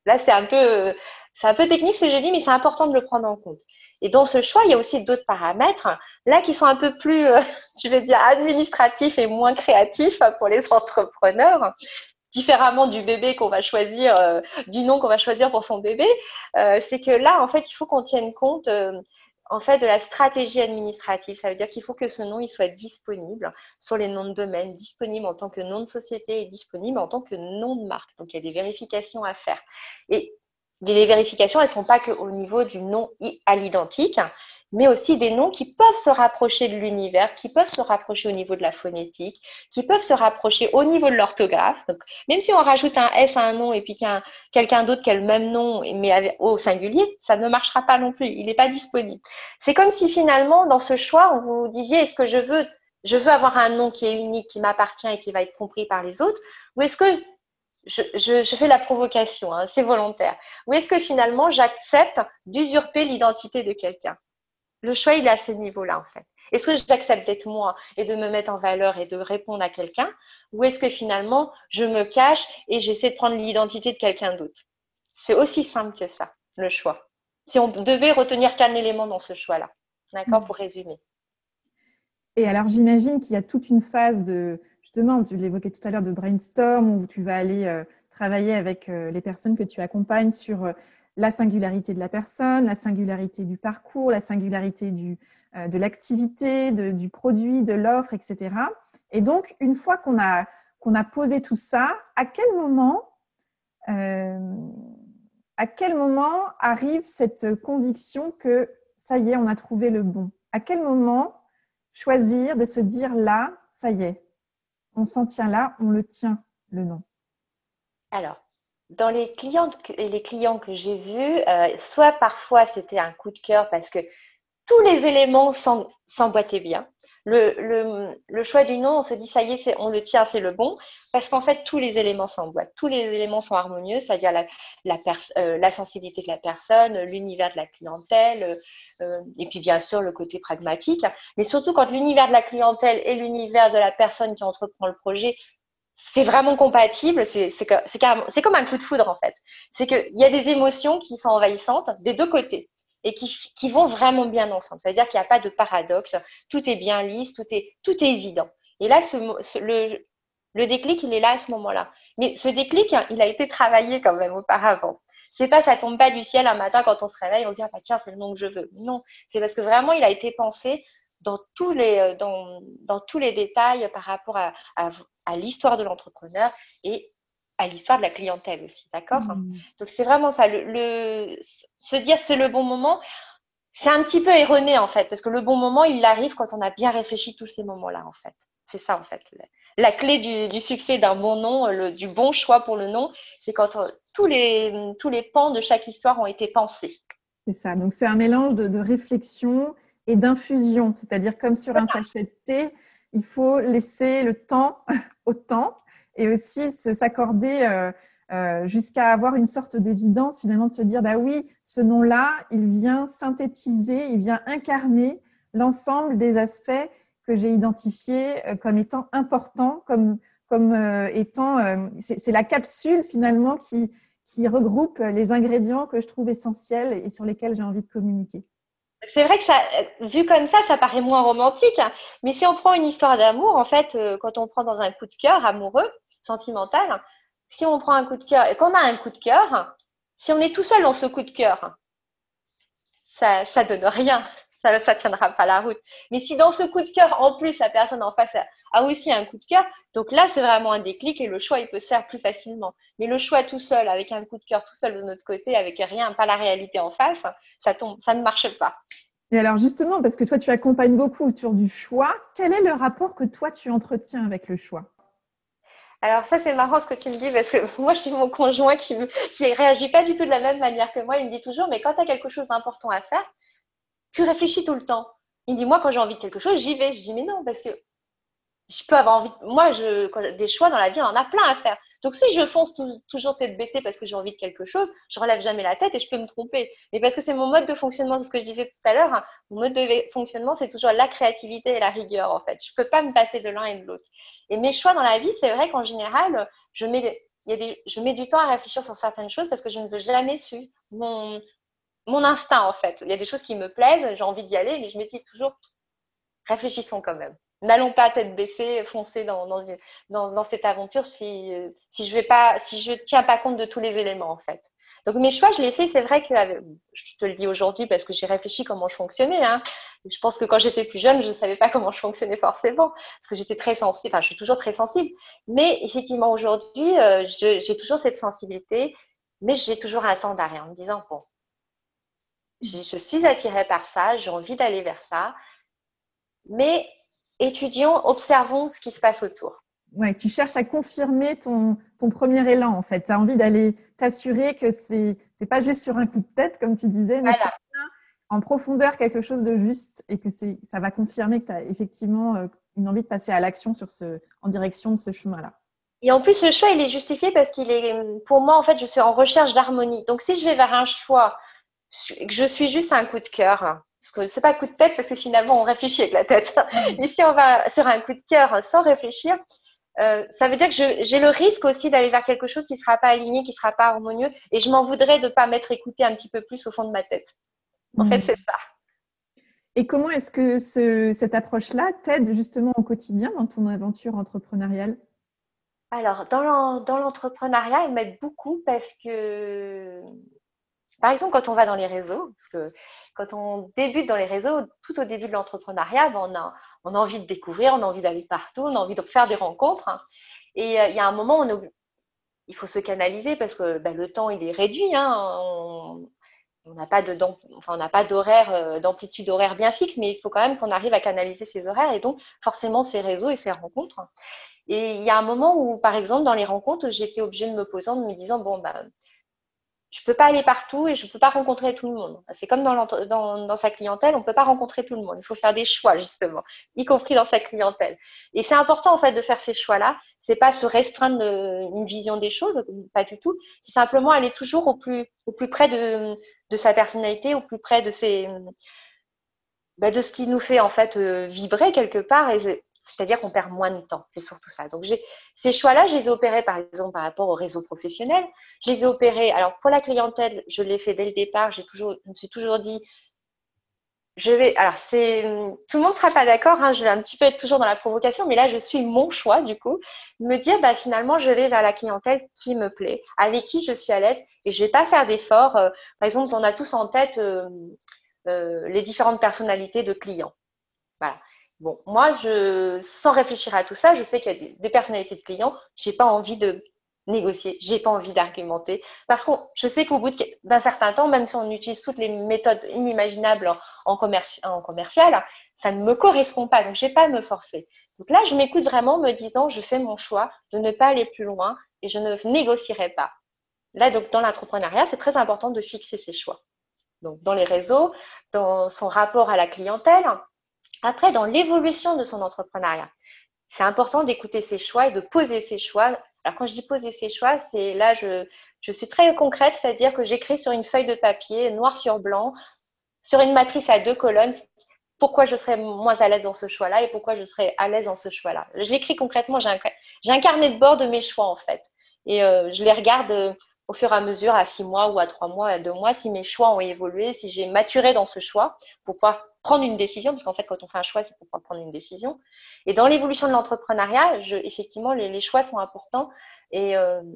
B: Là, c'est un peu technique ce que j'ai dit, mais c'est important de le prendre en compte. Et dans ce choix, il y a aussi d'autres paramètres, là, qui sont un peu plus, je vais dire, administratifs et moins créatifs pour les entrepreneurs, différemment du bébé qu'on va choisir, du nom qu'on va choisir pour son bébé. C'est que là, en fait, il faut qu'on tienne compte en fait, de la stratégie administrative. Ça veut dire qu'il faut que ce nom il soit disponible sur les noms de domaine, disponible en tant que nom de société et disponible en tant que nom de marque. Donc, il y a des vérifications à faire. Et les vérifications, elles ne sont pas qu'au niveau du nom à l'identique, mais aussi des noms qui peuvent se rapprocher de l'univers, qui peuvent se rapprocher au niveau de la phonétique, qui peuvent se rapprocher au niveau de l'orthographe. Donc, même si on rajoute un S à un nom et puis qu'il y a quelqu'un d'autre qui a le même nom, mais au singulier, ça ne marchera pas non plus. Il n'est pas disponible. C'est comme si finalement, dans ce choix, on vous disiez, est-ce que je veux avoir un nom qui est unique, qui m'appartient et qui va être compris par les autres, ou est-ce que je fais la provocation, hein, c'est volontaire, ou est-ce que finalement, j'accepte d'usurper l'identité de quelqu'un? Le choix, il est à ce niveau-là, en fait. Est-ce que j'accepte d'être moi et de me mettre en valeur et de répondre à quelqu'un, ou est-ce que finalement, je me cache et j'essaie de prendre l'identité de quelqu'un d'autre? C'est aussi simple que ça, le choix. Si on devait retenir qu'un élément dans ce choix-là, d'accord, pour résumer.
A: Et alors, j'imagine qu'il y a toute une phase de, justement, tu l'évoquais tout à l'heure, de brainstorm, où tu vas aller travailler avec les personnes que tu accompagnes sur la singularité de la personne, la singularité du parcours, la singularité de l'activité, du produit, de l'offre, etc. Et donc, une fois qu'on a posé tout ça, à quel moment arrive cette conviction que ça y est, on a trouvé le bon? À quel moment choisir de se dire là, ça y est, on s'en tient là, on le tient, le nom?
B: Alors, dans les clientes et les clients que j'ai vus, soit parfois c'était un coup de cœur parce que tous les éléments s'emboîtaient bien. Le choix du nom, on se dit ça y est, on le tient, c'est le bon, parce qu'en fait tous les éléments s'emboîtent, tous les éléments sont harmonieux, c'est-à-dire la sensibilité de la personne, l'univers de la clientèle, et puis bien sûr le côté pragmatique. Mais surtout quand l'univers de la clientèle et l'univers de la personne qui entreprend le projet c'est vraiment compatible, c'est comme un coup de foudre en fait. C'est qu'il y a des émotions qui sont envahissantes des deux côtés et qui vont vraiment bien ensemble. Ça veut dire qu'il n'y a pas de paradoxe, tout est bien lisse, tout est évident. Et là, le déclic, il est là à ce moment-là. Mais ce déclic, hein, il a été travaillé quand même auparavant. C'est pas, ça tombe pas du ciel un matin quand on se réveille, on se dit ah bah tiens c'est le nom que je veux. Non, c'est parce que vraiment il a été pensé dans tous les détails par rapport à l'histoire de l'entrepreneur et à l'histoire de la clientèle aussi, d'accord? Donc c'est vraiment ça, se dire c'est le bon moment, c'est un petit peu erroné en fait, parce que le bon moment il arrive quand on a bien réfléchi tous ces moments-là en fait. C'est ça en fait, la clé du succès d'un bon nom, du bon choix pour le nom, c'est quand tous les pans de chaque histoire ont été pensés.
A: C'est ça, donc c'est un mélange de réflexion et d'infusion, c'est-à-dire comme sur un sachet de thé, il faut laisser le temps au temps et aussi s'accorder jusqu'à avoir une sorte d'évidence, finalement, de se dire, bah oui, ce nom-là, il vient synthétiser, il vient incarner l'ensemble des aspects que j'ai identifiés comme étant importants, comme étant… c'est la capsule, finalement, qui regroupe les ingrédients que je trouve essentiels et sur lesquels j'ai envie de communiquer.
B: C'est vrai que ça, vu comme ça paraît moins romantique, hein. Mais si on prend une histoire d'amour, en fait, quand on prend dans un coup de cœur amoureux, sentimental, si on prend un coup de cœur et qu'on a un coup de cœur, si on est tout seul dans ce coup de cœur, ça donne rien. Ça tiendra pas la route. Mais si dans ce coup de cœur, en plus, la personne en face a aussi un coup de cœur, donc là, c'est vraiment un déclic et le choix, il peut se faire plus facilement. Mais le choix tout seul, avec un coup de cœur tout seul de notre côté, avec rien, pas la réalité en face, ça ne marche pas.
A: Et alors justement, parce que toi, tu accompagnes beaucoup autour du choix, quel est le rapport que toi, tu entretiens avec le choix?
B: Alors ça, c'est marrant ce que tu me dis parce que moi, j'ai mon conjoint qui réagit pas du tout de la même manière que moi. Il me dit toujours, mais quand tu as quelque chose d'important à faire, tu réfléchis tout le temps. Il me dit, moi, quand j'ai envie de quelque chose, j'y vais. Je dis, mais non, parce que je peux avoir envie. Moi, des choix dans la vie, on en a plein à faire. Donc, si je fonce toujours tête baissée parce que j'ai envie de quelque chose, je relève jamais la tête et je peux me tromper. Mais parce que c'est mon mode de fonctionnement, c'est ce que je disais tout à l'heure. Hein, mon mode de fonctionnement, c'est toujours la créativité et la rigueur, en fait. Je peux pas me passer de l'un et de l'autre. Et mes choix dans la vie, c'est vrai qu'en général, je mets je mets du temps à réfléchir sur certaines choses parce que je ne veux jamais suivre mon instinct, en fait. Il y a des choses qui me plaisent, j'ai envie d'y aller, mais je me dis toujours, réfléchissons quand même. N'allons pas tête baissée, foncer dans cette aventure si je tiens pas compte de tous les éléments, en fait. Donc mes choix, je les fais. C'est vrai que je te le dis aujourd'hui parce que j'ai réfléchi comment je fonctionnais. Hein. Je pense que quand j'étais plus jeune, je ne savais pas comment je fonctionnais forcément parce que j'étais très sensible. Enfin, je suis toujours très sensible. Mais effectivement, aujourd'hui, j'ai toujours cette sensibilité, mais j'ai toujours un temps d'arrêt en me disant bon, je suis attirée par ça, j'ai envie d'aller vers ça, mais étudions, observons ce qui se passe autour.
A: Ouais, tu cherches à confirmer ton premier élan, en fait. Tu as envie d'aller t'assurer que c'est pas juste sur un coup de tête, comme tu disais, mais qu'il
B: Voilà.
A: y a en profondeur quelque chose de juste et que ça va confirmer que tu as effectivement une envie de passer à l'action en direction de ce chemin-là.
B: Et en plus, ce choix, il est justifié parce pour moi, en fait, je suis en recherche d'harmonie. Donc, si je vais vers un choix, que je suis juste un coup de cœur, parce que c'est pas un coup de tête parce que finalement, on réfléchit avec la tête. Mais si on va sur un coup de cœur sans réfléchir, ça veut dire que j'ai le risque aussi d'aller vers quelque chose qui ne sera pas aligné, qui ne sera pas harmonieux, et je m'en voudrais de ne pas m'être écoutée un petit peu plus au fond de ma tête. En fait, c'est ça.
A: Et comment est-ce que cette approche-là t'aide justement au quotidien dans ton aventure entrepreneuriale?
B: Alors, dans l'entrepreneuriat, elle m'aide beaucoup parce que, par exemple, quand on va dans les réseaux, parce que quand on débute dans les réseaux, tout au début de l'entrepreneuriat, on a envie de découvrir, on a envie d'aller partout, on a envie de faire des rencontres. Hein. Et il y a un moment où il faut se canaliser parce que le temps, il est réduit. Hein. On n'a pas on n'a pas d'horaire, d'amplitude horaire bien fixe, mais il faut quand même qu'on arrive à canaliser ces horaires et donc forcément ces réseaux et ces rencontres. Et il y a un moment où, par exemple, dans les rencontres, j'étais obligée de me poser en me disant, bon, je peux pas aller partout et je peux pas rencontrer tout le monde. C'est comme dans sa clientèle, on peut pas rencontrer tout le monde. Il faut faire des choix, justement, y compris dans sa clientèle. Et c'est important, en fait, de faire ces choix-là. C'est pas se restreindre une vision des choses, pas du tout. C'est simplement aller toujours au plus près de sa personnalité, au plus près de de ce qui nous fait, en fait, vibrer quelque part. C'est-à-dire qu'on perd moins de temps, c'est surtout ça. Donc, ces choix-là, je les ai opérés, par exemple, par rapport au réseau professionnel. Je les ai opérés, alors pour la clientèle, je l'ai fait dès le départ. Je me suis toujours dit, alors tout le monde ne sera pas d'accord, hein, je vais un petit peu être toujours dans la provocation, mais là, je suis mon choix, du coup, de me dire, finalement, je vais vers la clientèle qui me plaît, avec qui je suis à l'aise, et je ne vais pas faire d'efforts. Par exemple, on a tous en tête les différentes personnalités de clients. Voilà. Bon, moi, sans réfléchir à tout ça, je sais qu'il y a des personnalités de clients, j'ai pas envie de négocier, j'ai pas envie d'argumenter, parce que je sais qu'au bout d'un certain temps, même si on utilise toutes les méthodes inimaginables en commercial, ça ne me correspond pas, donc j'ai pas à me forcer. Donc là, je m'écoute vraiment, me disant, je fais mon choix de ne pas aller plus loin et je ne négocierai pas. Là, donc, dans l'entrepreneuriat, c'est très important de fixer ses choix. Donc, dans les réseaux, dans son rapport à la clientèle, après, dans l'évolution de son entrepreneuriat, c'est important d'écouter ses choix et de poser ses choix. Alors, quand je dis poser ses choix, c'est là, je suis très concrète, c'est-à-dire que j'écris sur une feuille de papier, noir sur blanc, sur une matrice à 2 colonnes, pourquoi je serais moins à l'aise dans ce choix-là et pourquoi je serais à l'aise dans ce choix-là. J'écris concrètement, j'ai un carnet de bord de mes choix, en fait. Et je les regarde au fur et à mesure, à 6 mois ou à 3 mois, à 2 mois, si mes choix ont évolué, si j'ai maturé dans ce choix pour pouvoir prendre une décision, parce qu'en fait, quand on fait un choix, c'est pour pouvoir prendre une décision. Et dans l'évolution de l'entrepreneuriat, effectivement, les choix sont importants et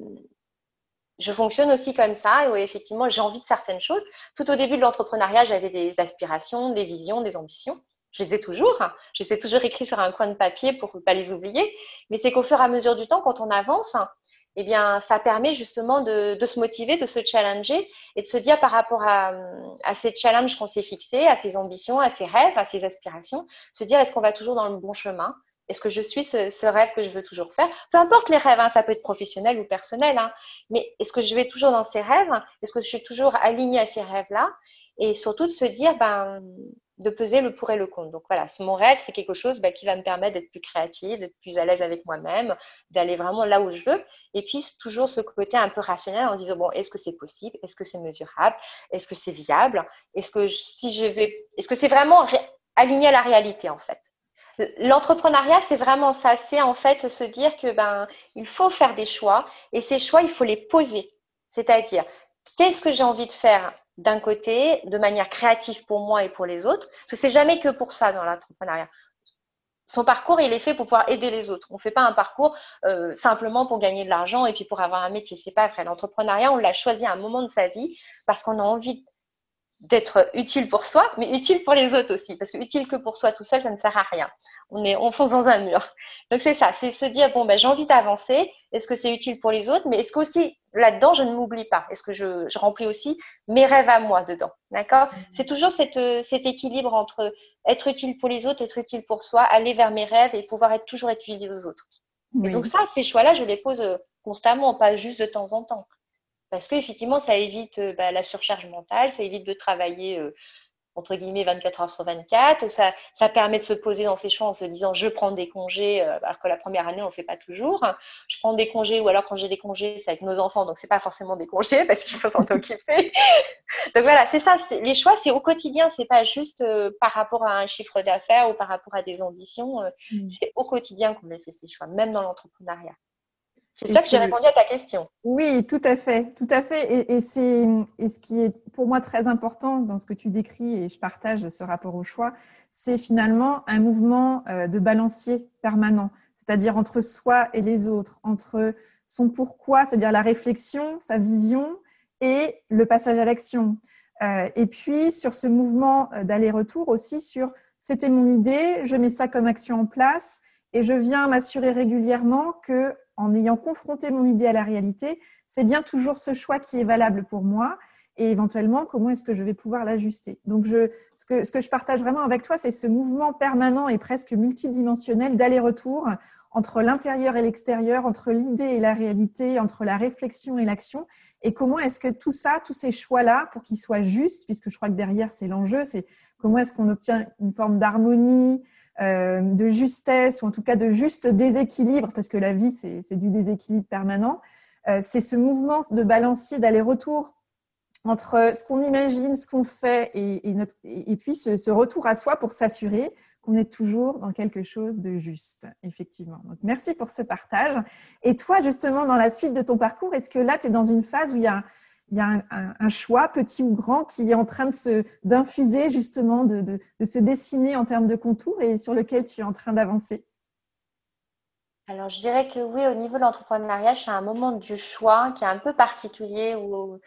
B: je fonctionne aussi comme ça, et effectivement, j'ai envie de certaines choses. Tout au début de l'entrepreneuriat, j'avais des aspirations, des visions, des ambitions. Je les ai toujours. Je les ai toujours écrits sur un coin de papier pour ne pas les oublier. Mais c'est qu'au fur et à mesure du temps, quand on avance, eh bien, ça permet justement de se motiver, de se challenger et de se dire par rapport à ces challenges qu'on s'est fixés, à ces ambitions, à ces rêves, à ces aspirations, se dire est-ce qu'on va toujours dans le bon chemin? Est-ce que je suis ce rêve que je veux toujours faire? Peu importe les rêves, hein, ça peut être professionnel ou personnel, hein, mais est-ce que je vais toujours dans ces rêves? Est-ce que je suis toujours alignée à ces rêves-là? Et surtout de se dire, de peser le pour et le contre. Donc voilà, mon rêve, c'est quelque chose qui va me permettre d'être plus créative, d'être plus à l'aise avec moi-même, d'aller vraiment là où je veux. Et puis toujours ce côté un peu rationnel en se disant, bon, est-ce que c'est possible? Est-ce que c'est mesurable? Est-ce que c'est viable? Est-ce que c'est vraiment aligné à la réalité en fait? L'entrepreneuriat, c'est vraiment ça. C'est en fait se dire que il faut faire des choix et ces choix, il faut les poser. C'est-à-dire, qu'est-ce que j'ai envie de faire d'un côté, de manière créative pour moi et pour les autres, parce que c'est jamais que pour ça dans l'entrepreneuriat. Son parcours, il est fait pour pouvoir aider les autres. On ne fait pas un parcours simplement pour gagner de l'argent et puis pour avoir un métier. C'est pas vrai. L'entrepreneuriat, on l'a choisi à un moment de sa vie parce qu'on a envie d'être utile pour soi, mais utile pour les autres aussi. Parce que utile que pour soi tout seul, ça ne sert à rien. On fonce dans un mur. Donc c'est ça, c'est se dire, bon, j'ai envie d'avancer. Est-ce que c'est utile pour les autres? Mais est-ce qu'aussi, là-dedans, je ne m'oublie pas? Est-ce que je remplis aussi mes rêves à moi dedans? D'accord? C'est toujours cet équilibre entre être utile pour les autres, être utile pour soi, aller vers mes rêves et pouvoir toujours être utile aux autres. Et donc
A: Oui.
B: ça, ces choix-là, je les pose constamment, pas juste de temps en temps. Parce qu'effectivement, ça évite la surcharge mentale, ça évite de travailler entre guillemets 24 heures sur 24. Ça permet de se poser dans ses choix en se disant je prends des congés, alors que la première année, on ne le fait pas toujours. Je prends des congés ou alors quand j'ai des congés, c'est avec nos enfants, donc ce n'est pas forcément des congés parce qu'il faut s'en occuper. Donc voilà, c'est ça. Les choix, c'est au quotidien, ce n'est pas juste par rapport à un chiffre d'affaires ou par rapport à des ambitions.
A: Mm.
B: C'est au quotidien qu'on a fait ces choix, même dans l'entrepreneuriat.
A: Et
B: J'espère que j'ai répondu à ta question.
A: oui, tout à fait, tout à fait. Et ce qui est pour moi très important dans ce que tu décris, et je partage ce rapport au choix, c'est finalement un mouvement de balancier permanent, c'est-à-dire entre soi et les autres, entre son pourquoi, c'est-à-dire la réflexion, sa vision, et le passage à l'action. Et puis sur ce mouvement d'aller-retour aussi sur c'était mon idée, je mets ça comme action en place et je viens m'assurer régulièrement que en ayant confronté mon idée à la réalité, c'est bien toujours ce choix qui est valable pour moi et éventuellement, comment est-ce que je vais pouvoir l'ajuster. Donc, ce que je partage vraiment avec toi, c'est ce mouvement permanent et presque multidimensionnel d'aller-retour entre l'intérieur et l'extérieur, entre l'idée et la réalité, entre la réflexion et l'action. Et comment est-ce que tout ça, tous ces choix-là, pour qu'ils soient justes, puisque je crois que derrière, c'est l'enjeu, c'est comment est-ce qu'on obtient une forme d'harmonie, de justesse ou en tout cas de juste déséquilibre, parce que la vie, c'est du déséquilibre permanent. C'est ce mouvement de balancier d'aller-retour entre ce qu'on imagine, ce qu'on fait et puis ce retour à soi pour s'assurer qu'on est toujours dans quelque chose de juste, effectivement. Donc, merci pour ce partage. Et toi, justement, dans la suite de ton parcours, est-ce que là, tu es dans une phase où il y a un choix, petit ou grand, qui est en train d'infuser, justement, de se dessiner en termes de contours et sur lequel tu es en train d'avancer?
B: Alors, je dirais que oui, au niveau de l'entrepreneuriat, je suis à un moment du choix qui est un peu particulier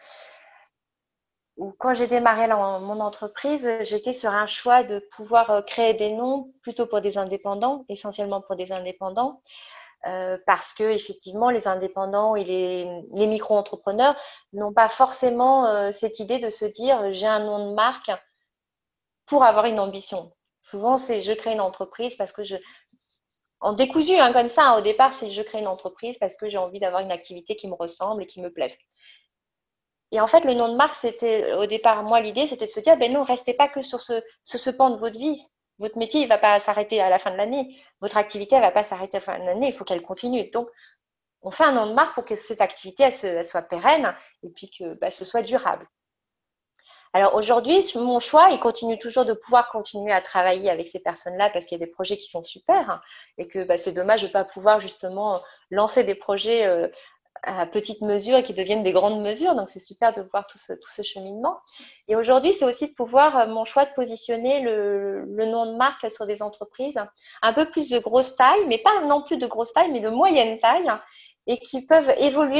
B: où quand j'ai démarré mon entreprise, j'étais sur un choix de pouvoir créer des noms plutôt pour des indépendants, essentiellement pour des indépendants, parce que effectivement, les indépendants et les micro-entrepreneurs n'ont pas forcément cette idée de se dire j'ai un nom de marque pour avoir une ambition. Souvent, c'est je crée une entreprise parce que en décousu, hein, comme ça, hein, au départ, c'est je crée une entreprise parce que j'ai envie d'avoir une activité qui me ressemble et qui me plaise. Et en fait, le nom de marque, c'était au départ, moi, l'idée, c'était de se dire, ben non, restez pas que sur ce pan de votre vie. Votre métier, il va pas s'arrêter à la fin de l'année. Votre activité, elle va pas s'arrêter à la fin de l'année. Il faut qu'elle continue. Donc, on fait un nom de marque pour que cette activité, elle soit pérenne et puis que ce soit durable. Alors aujourd'hui, mon choix, il continue toujours de pouvoir continuer à travailler avec ces personnes-là parce qu'il y a des projets qui sont super hein, et que c'est dommage de ne pas pouvoir justement lancer des projets à petite mesure et qui deviennent des grandes mesures. Donc, c'est super de voir tout ce cheminement. Et aujourd'hui, c'est aussi de pouvoir, mon choix de positionner le nom de marque sur des entreprises un peu plus de grosse taille, mais pas non plus de grosse taille, mais de moyenne taille et qui peuvent évoluer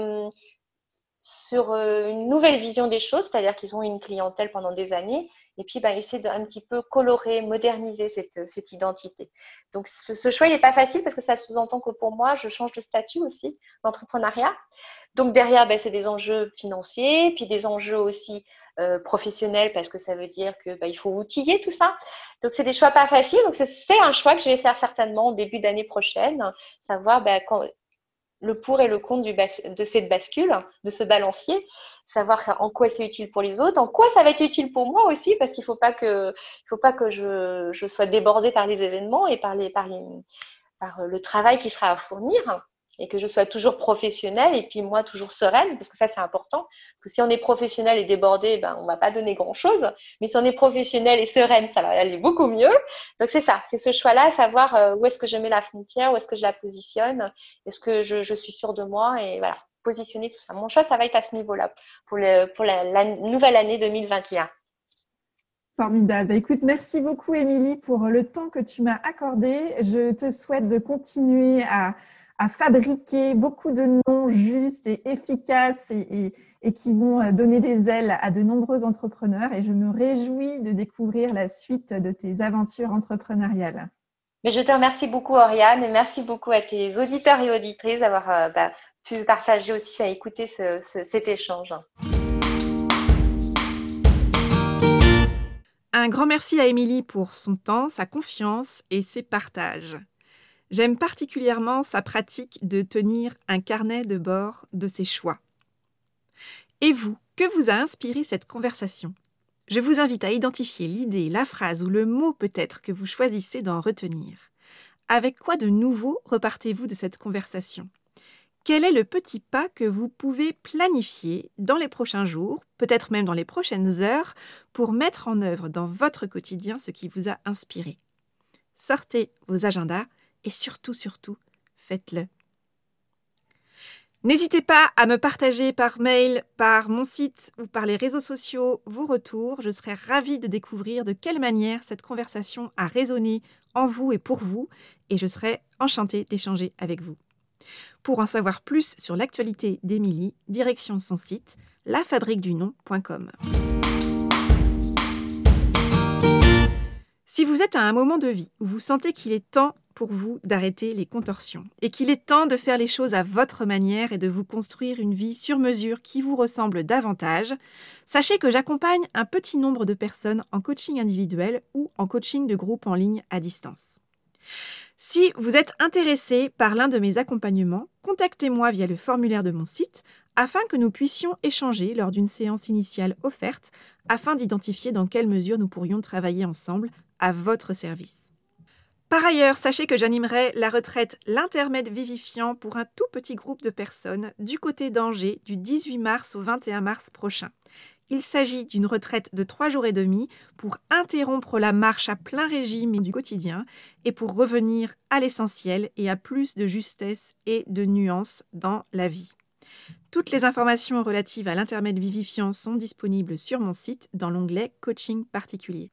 B: sur une nouvelle vision des choses, c'est-à-dire qu'ils ont une clientèle pendant des années, et puis essayer de un petit peu colorer, moderniser cette identité. Donc ce choix, il n'est pas facile parce que ça sous-entend que pour moi, je change de statut aussi d'entrepreneuriat. Donc derrière, c'est des enjeux financiers, puis des enjeux aussi professionnels parce que ça veut dire que il faut outiller tout ça. Donc c'est des choix pas faciles. Donc c'est un choix que je vais faire certainement au début d'année prochaine, savoir le pour et le contre de cette bascule, de ce balancier, savoir en quoi c'est utile pour les autres, en quoi ça va être utile pour moi aussi, parce qu'il ne faut pas que je sois débordée par les événements et par le travail qui sera à fournir. et que je sois toujours professionnelle et puis moi toujours sereine, parce que ça c'est important, parce que si on est professionnel et débordé, on va pas donner grand-chose, mais si on est professionnel et sereine, ça va aller beaucoup mieux. Donc c'est ça, c'est ce choix-là, savoir où est-ce que je mets la frontière, où est-ce que je la positionne, est-ce que je suis sûre de moi et voilà, positionner tout ça. Mon choix, ça va être à ce niveau-là pour la nouvelle année 2021.
A: Formidable. Écoute, merci beaucoup, Émilie, pour le temps que tu m'as accordé. Je te souhaite de continuer à fabriquer beaucoup de noms justes et efficaces et qui vont donner des ailes à de nombreux entrepreneurs. Et je me réjouis de découvrir la suite de tes aventures entrepreneuriales.
B: Mais je te remercie beaucoup, Oriane, et merci beaucoup à tes auditeurs et auditrices d'avoir pu partager aussi, écouter cet échange.
A: Un grand merci à Émilie pour son temps, sa confiance et ses partages. J'aime particulièrement sa pratique de tenir un carnet de bord de ses choix. Et vous, que vous a inspiré cette conversation ? Je vous invite à identifier l'idée, la phrase ou le mot peut-être que vous choisissez d'en retenir. Avec quoi de nouveau repartez-vous de cette conversation ? Quel est le petit pas que vous pouvez planifier dans les prochains jours, peut-être même dans les prochaines heures, pour mettre en œuvre dans votre quotidien ce qui vous a inspiré ? Sortez vos agendas et surtout, faites-le. N'hésitez pas à me partager par mail, par mon site ou par les réseaux sociaux vos retours. Je serai ravie de découvrir de quelle manière cette conversation a résonné en vous et pour vous, et je serai enchantée d'échanger avec vous. Pour en savoir plus sur l'actualité d'Émilie, direction son site lafabriquedunom.com. Si vous êtes à un moment de vie où vous sentez qu'il est temps pour vous d'arrêter les contorsions et qu'il est temps de faire les choses à votre manière et de vous construire une vie sur mesure qui vous ressemble davantage, sachez que j'accompagne un petit nombre de personnes en coaching individuel ou en coaching de groupe en ligne à distance. Si vous êtes intéressé par l'un de mes accompagnements, contactez-moi via le formulaire de mon site afin que nous puissions échanger lors d'une séance initiale offerte afin d'identifier dans quelle mesure nous pourrions travailler ensemble à votre service. Par ailleurs, sachez que j'animerai la retraite L'intermède vivifiant pour un tout petit groupe de personnes du côté d'Angers du 18 mars au 21 mars prochain. Il s'agit d'une retraite de 3 jours et demi pour interrompre la marche à plein régime du quotidien et pour revenir à l'essentiel et à plus de justesse et de nuances dans la vie. Toutes les informations relatives à l'intermède vivifiant sont disponibles sur mon site dans l'onglet Coaching particulier.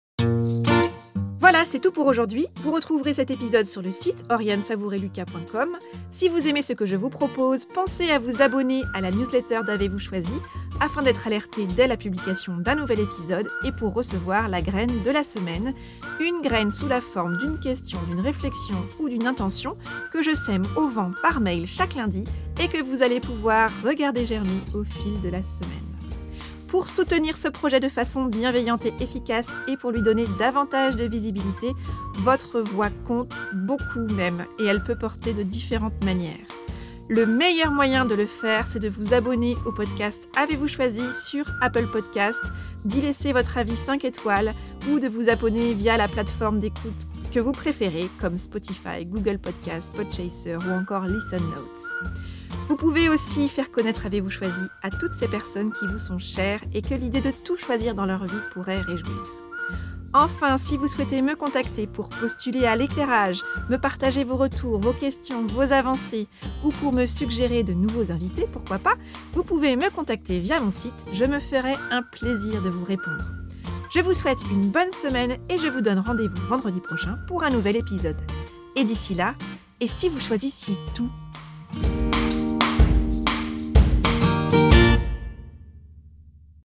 A: Voilà, c'est tout pour aujourd'hui. Vous retrouverez cet épisode sur le site orianesavoureluca.com. Si vous aimez ce que je vous propose, pensez à vous abonner à la newsletter d'Avez-vous choisi afin d'être alerté dès la publication d'un nouvel épisode et pour recevoir la graine de la semaine, une graine sous la forme d'une question, d'une réflexion ou d'une intention que je sème au vent par mail chaque lundi et que vous allez pouvoir regarder germer au fil de la semaine. Pour soutenir ce projet de façon bienveillante et efficace et pour lui donner davantage de visibilité, votre voix compte beaucoup même et elle peut porter de différentes manières. Le meilleur moyen de le faire, c'est de vous abonner au podcast Avez-vous choisi sur Apple Podcast, d'y laisser votre avis 5 étoiles ou de vous abonner via la plateforme d'écoute que vous préférez comme Spotify, Google Podcast, Podchaser ou encore Listen Notes. Vous pouvez aussi faire connaître Avez-vous choisi à toutes ces personnes qui vous sont chères et que l'idée de tout choisir dans leur vie pourrait réjouir. Enfin, si vous souhaitez me contacter pour postuler à l'éclairage, me partager vos retours, vos questions, vos avancées ou pour me suggérer de nouveaux invités, pourquoi pas, vous pouvez me contacter via mon site, je me ferai un plaisir de vous répondre. Je vous souhaite une bonne semaine et je vous donne rendez-vous vendredi prochain pour un nouvel épisode. Et d'ici là, et si vous choisissiez tout ?